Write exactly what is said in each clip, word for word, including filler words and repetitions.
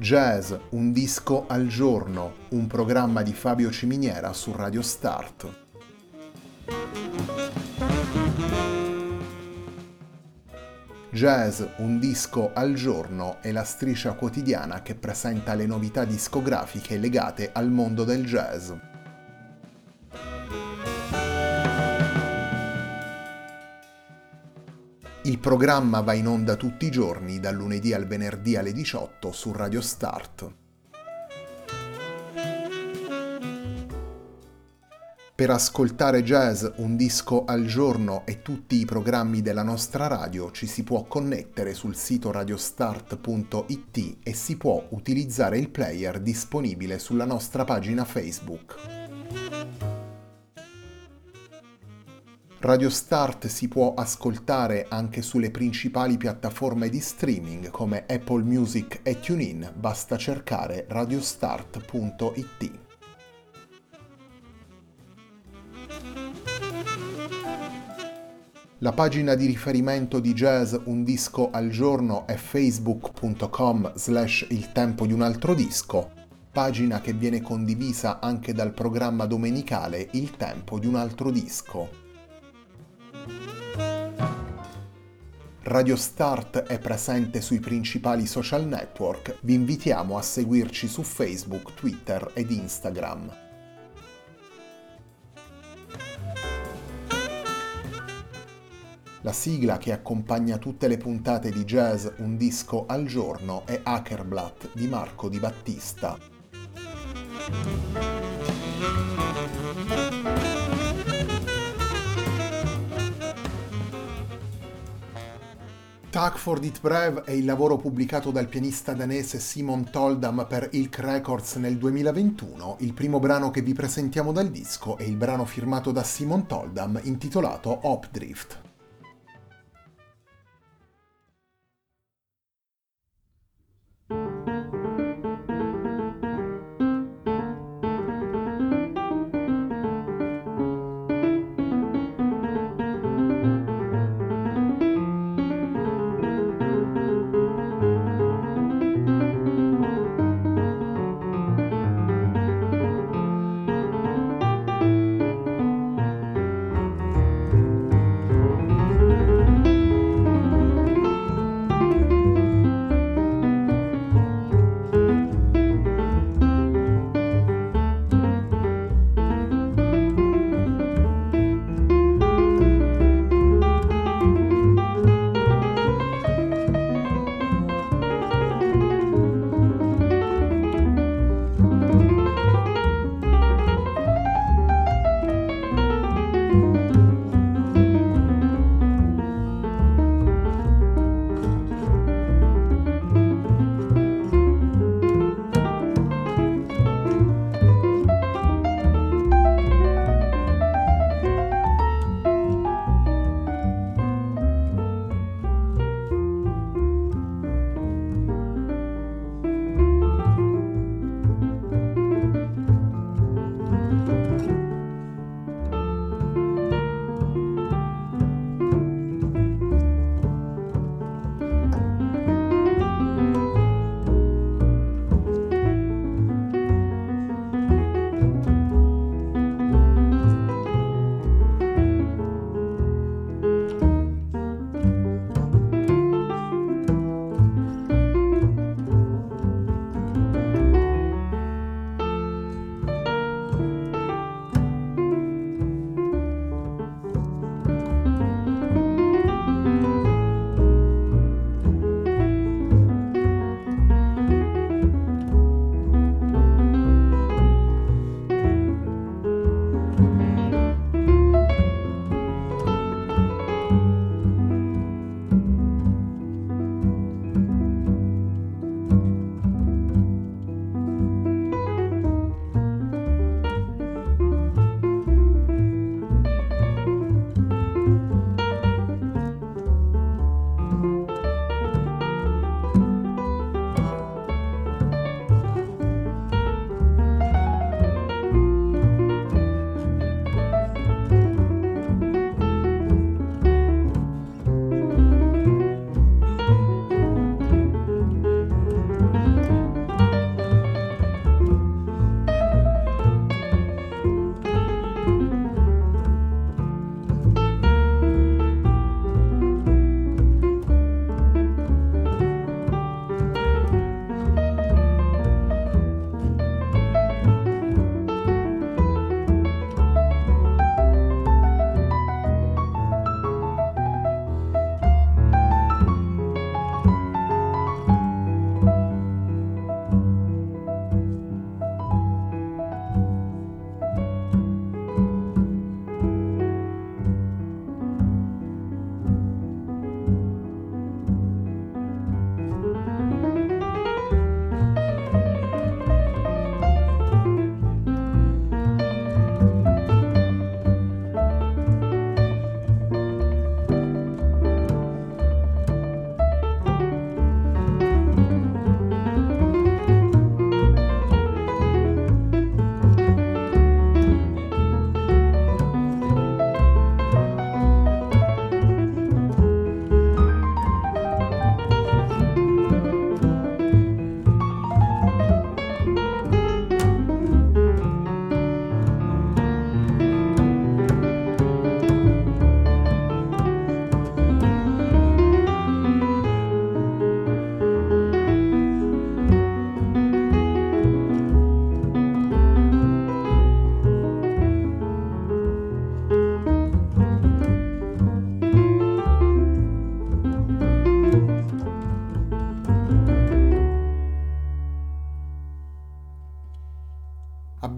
Jazz, un disco al giorno, un programma di Fabio Ciminiera su Radio Start. Jazz, un disco al giorno è la striscia quotidiana che presenta le novità discografiche legate al mondo del jazz. Il programma va in onda tutti i giorni, dal lunedì al venerdì alle diciotto su Radio Start. Per ascoltare Jazz, un disco al giorno e tutti i programmi della nostra radio ci si può connettere sul sito radiostart punto it e si può utilizzare il player disponibile sulla nostra pagina Facebook. Radio Start si può ascoltare anche sulle principali piattaforme di streaming come Apple Music e TuneIn, basta cercare radiostart punto it. La pagina di riferimento di Jazz Un Disco al Giorno è facebook punto com slash il tempo di un altro disco, pagina che viene condivisa anche dal programma domenicale Il tempo di un altro disco. Radio Start è presente sui principali social network, vi invitiamo a seguirci su Facebook, Twitter ed Instagram. La sigla che accompagna tutte le puntate di Jazz Un Disco al Giorno è Hackerblatt di Marco Di Battista. Tack for dit brev è il lavoro pubblicato dal pianista danese Simon Toldam per Ilk Records nel duemilaventuno. Il primo brano che vi presentiamo dal disco è il brano firmato da Simon Toldam intitolato Opdrift.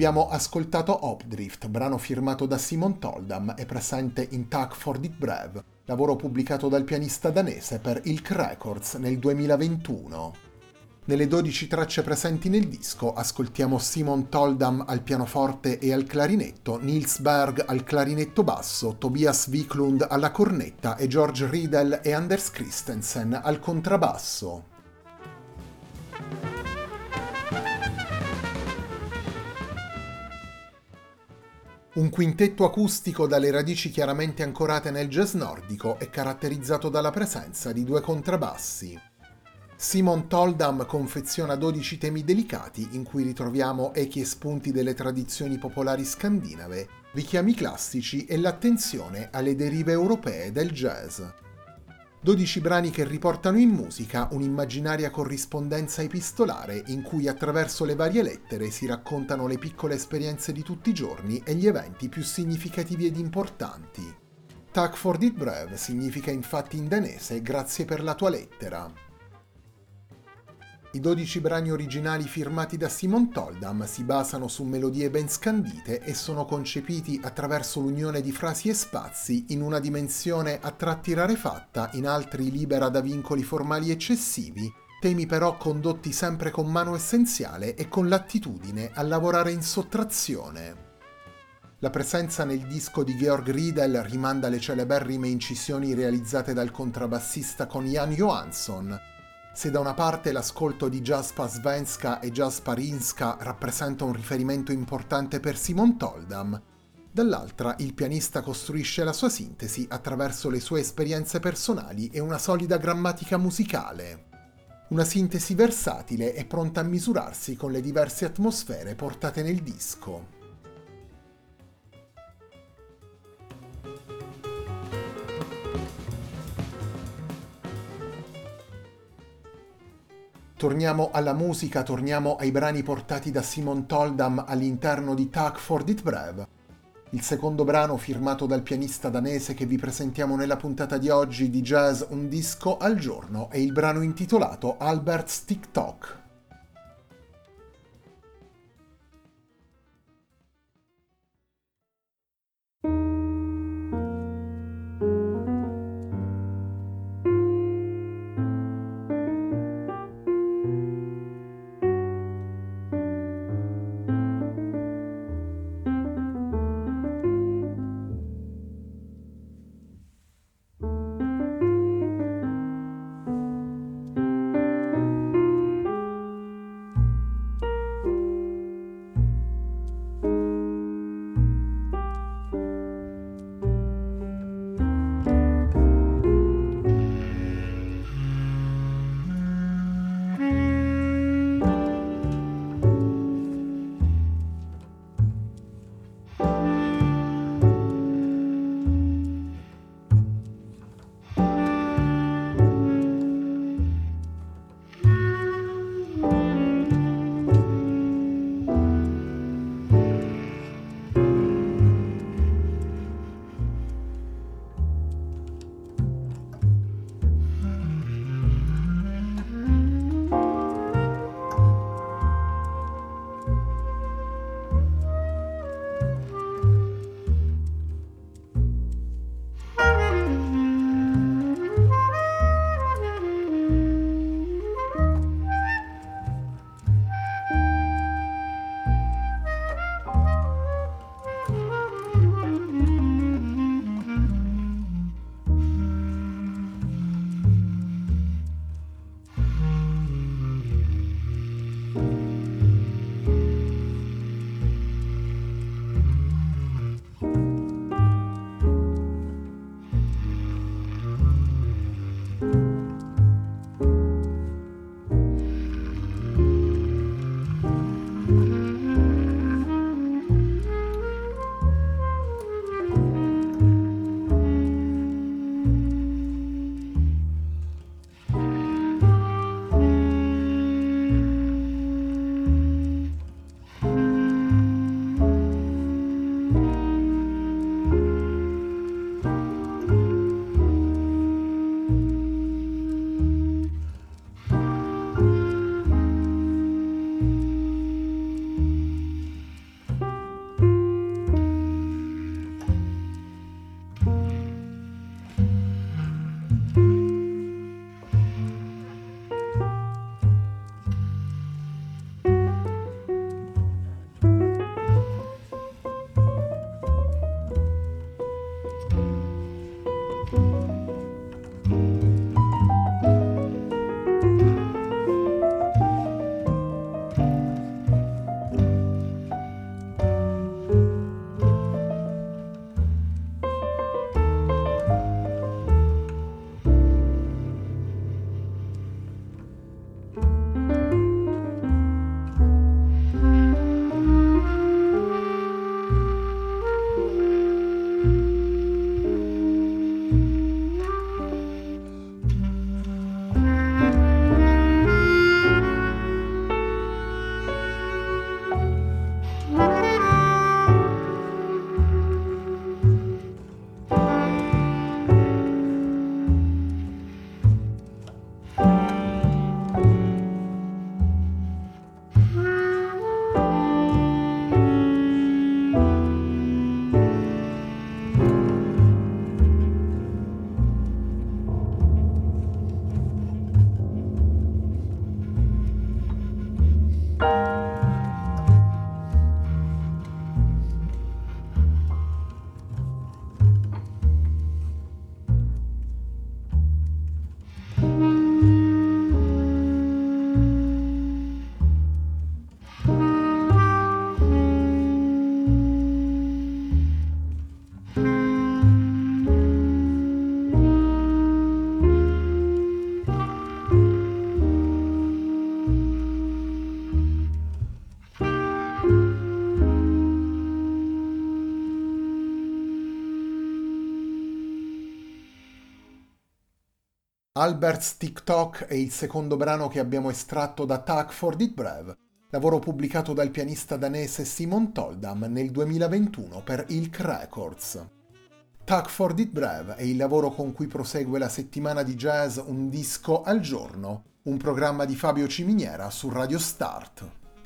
Abbiamo ascoltato Opdrift, brano firmato da Simon Toldam e presente in Tak for dit Brev, lavoro pubblicato dal pianista danese per Ilk Records nel duemilaventuno. Nelle dodici tracce presenti nel disco ascoltiamo Simon Toldam al pianoforte e al clarinetto, Nils Berg al clarinetto basso, Tobias Wiklund alla cornetta e George Riedel e Anders Christensen al contrabbasso. Un quintetto acustico dalle radici chiaramente ancorate nel jazz nordico e caratterizzato dalla presenza di due contrabbassi. Simon Toldam confeziona dodici temi delicati in cui ritroviamo echi e spunti delle tradizioni popolari scandinave, richiami classici e l'attenzione alle derive europee del jazz. dodici brani che riportano in musica un'immaginaria corrispondenza epistolare in cui attraverso le varie lettere si raccontano le piccole esperienze di tutti i giorni e gli eventi più significativi ed importanti. Tak for dit brev significa infatti in danese grazie per la tua lettera. I dodici brani originali firmati da Simon Toldam si basano su melodie ben scandite e sono concepiti attraverso l'unione di frasi e spazi in una dimensione a tratti rarefatta, in altri libera da vincoli formali eccessivi, temi però condotti sempre con mano essenziale e con l'attitudine a lavorare in sottrazione. La presenza nel disco di Georg Riedel rimanda alle celeberrime incisioni realizzate dal contrabbassista con Jan Johansson. Se da una parte l'ascolto di Jaspa Svenska e Jaspa Rinska rappresenta un riferimento importante per Simon Toldam, dall'altra il pianista costruisce la sua sintesi attraverso le sue esperienze personali e una solida grammatica musicale. Una sintesi versatile e pronta a misurarsi con le diverse atmosfere portate nel disco. Torniamo alla musica, torniamo ai brani portati da Simon Toldam all'interno di Tak for dit Brev. Il secondo brano firmato dal pianista danese che vi presentiamo nella puntata di oggi di Jazz Un disco al giorno è il brano intitolato Albert's TikTok. Albert's TikTok è il secondo brano che abbiamo estratto da Tak for dit Brev, lavoro pubblicato dal pianista danese Simon Toldam nel duemilaventuno per Ilk Records. Tak for dit Brev è il lavoro con cui prosegue la settimana di jazz Un disco al giorno, un programma di Fabio Ciminiera su Radio Start.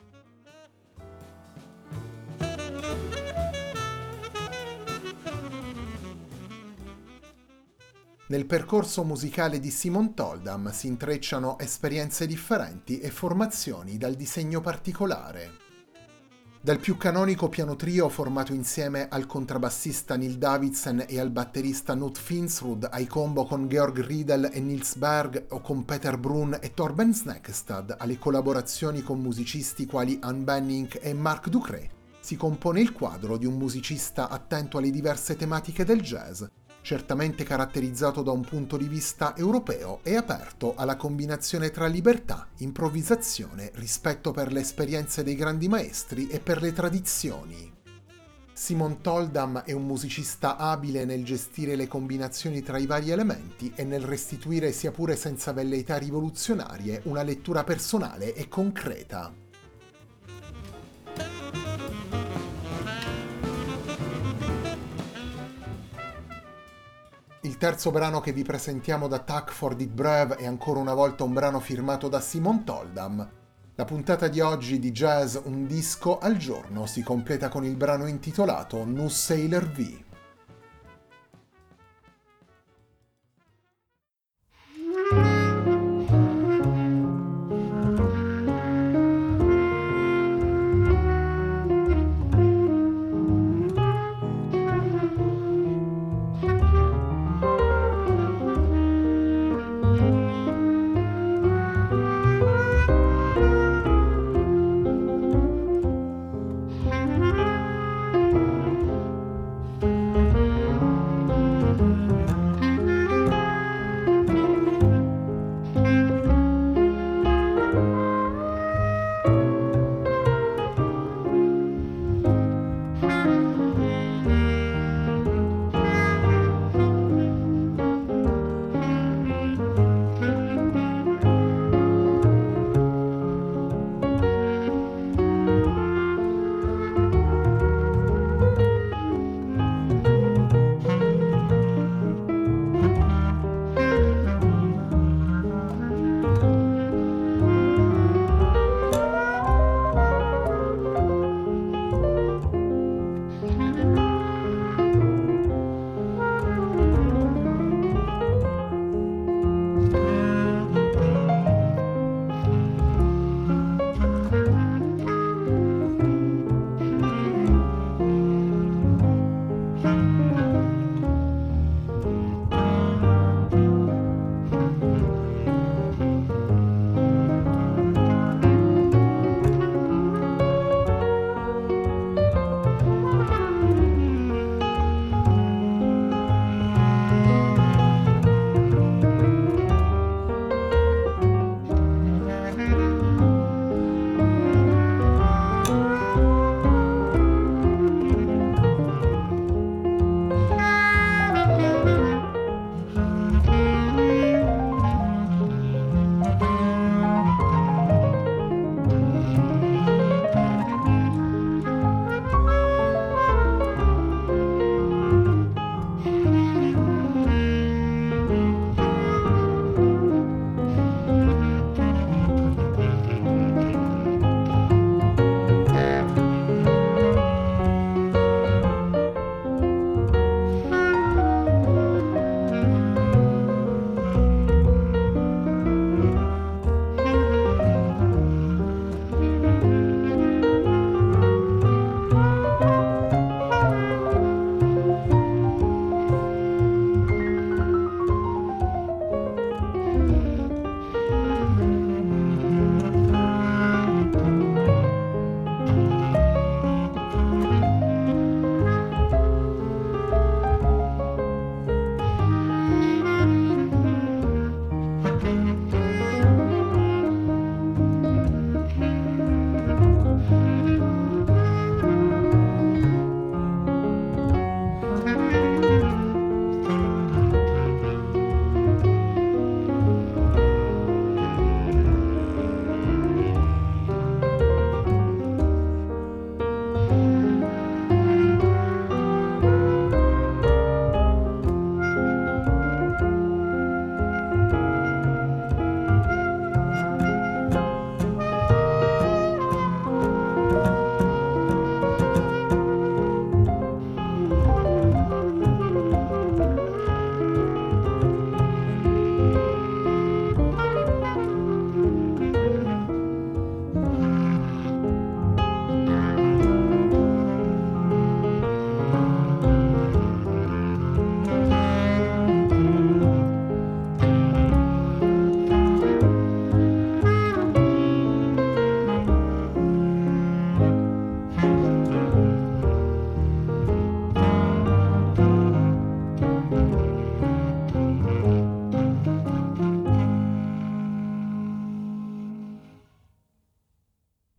Nel percorso musicale di Simon Toldam si intrecciano esperienze differenti e formazioni dal disegno particolare. Dal più canonico piano trio formato insieme al contrabbassista Neil Davidsen e al batterista Knut Finsrud ai combo con Georg Riedel e Nils Berg o con Peter Brun e Torben Snekstad alle collaborazioni con musicisti quali Anne Benning e Marc Ducré, si compone il quadro di un musicista attento alle diverse tematiche del jazz, certamente caratterizzato da un punto di vista europeo e aperto alla combinazione tra libertà, improvvisazione, rispetto per le esperienze dei grandi maestri e per le tradizioni. Simon Toldam è un musicista abile nel gestire le combinazioni tra i vari elementi e nel restituire, sia pure senza velleità rivoluzionarie, una lettura personale e concreta. Il terzo brano che vi presentiamo da Tak for dit Brev è ancora una volta un brano firmato da Simon Toldam. La puntata di oggi di Jazz Un disco al giorno si completa con il brano intitolato Nu Sailor V.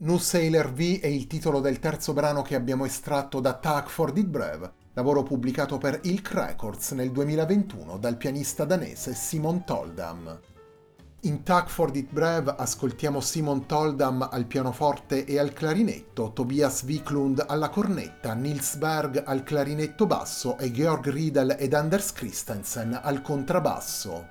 New Sailor V è il titolo del terzo brano che abbiamo estratto da Tak for dit Brev, lavoro pubblicato per Ilk Records nel duemilaventuno dal pianista danese Simon Toldam. In Tak for dit Brev ascoltiamo Simon Toldam al pianoforte e al clarinetto, Tobias Wiklund alla cornetta, Nils Berg al clarinetto basso e Georg Riedel ed Anders Christensen al contrabbasso.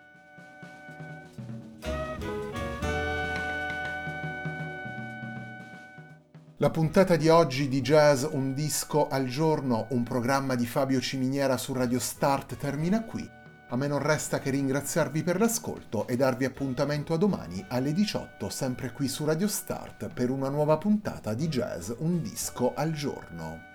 La puntata di oggi di Jazz Un Disco al Giorno, un programma di Fabio Ciminiera su Radio Start, termina qui. A me non resta che ringraziarvi per l'ascolto e darvi appuntamento a domani alle diciotto, sempre qui su Radio Start, per una nuova puntata di Jazz Un Disco al Giorno.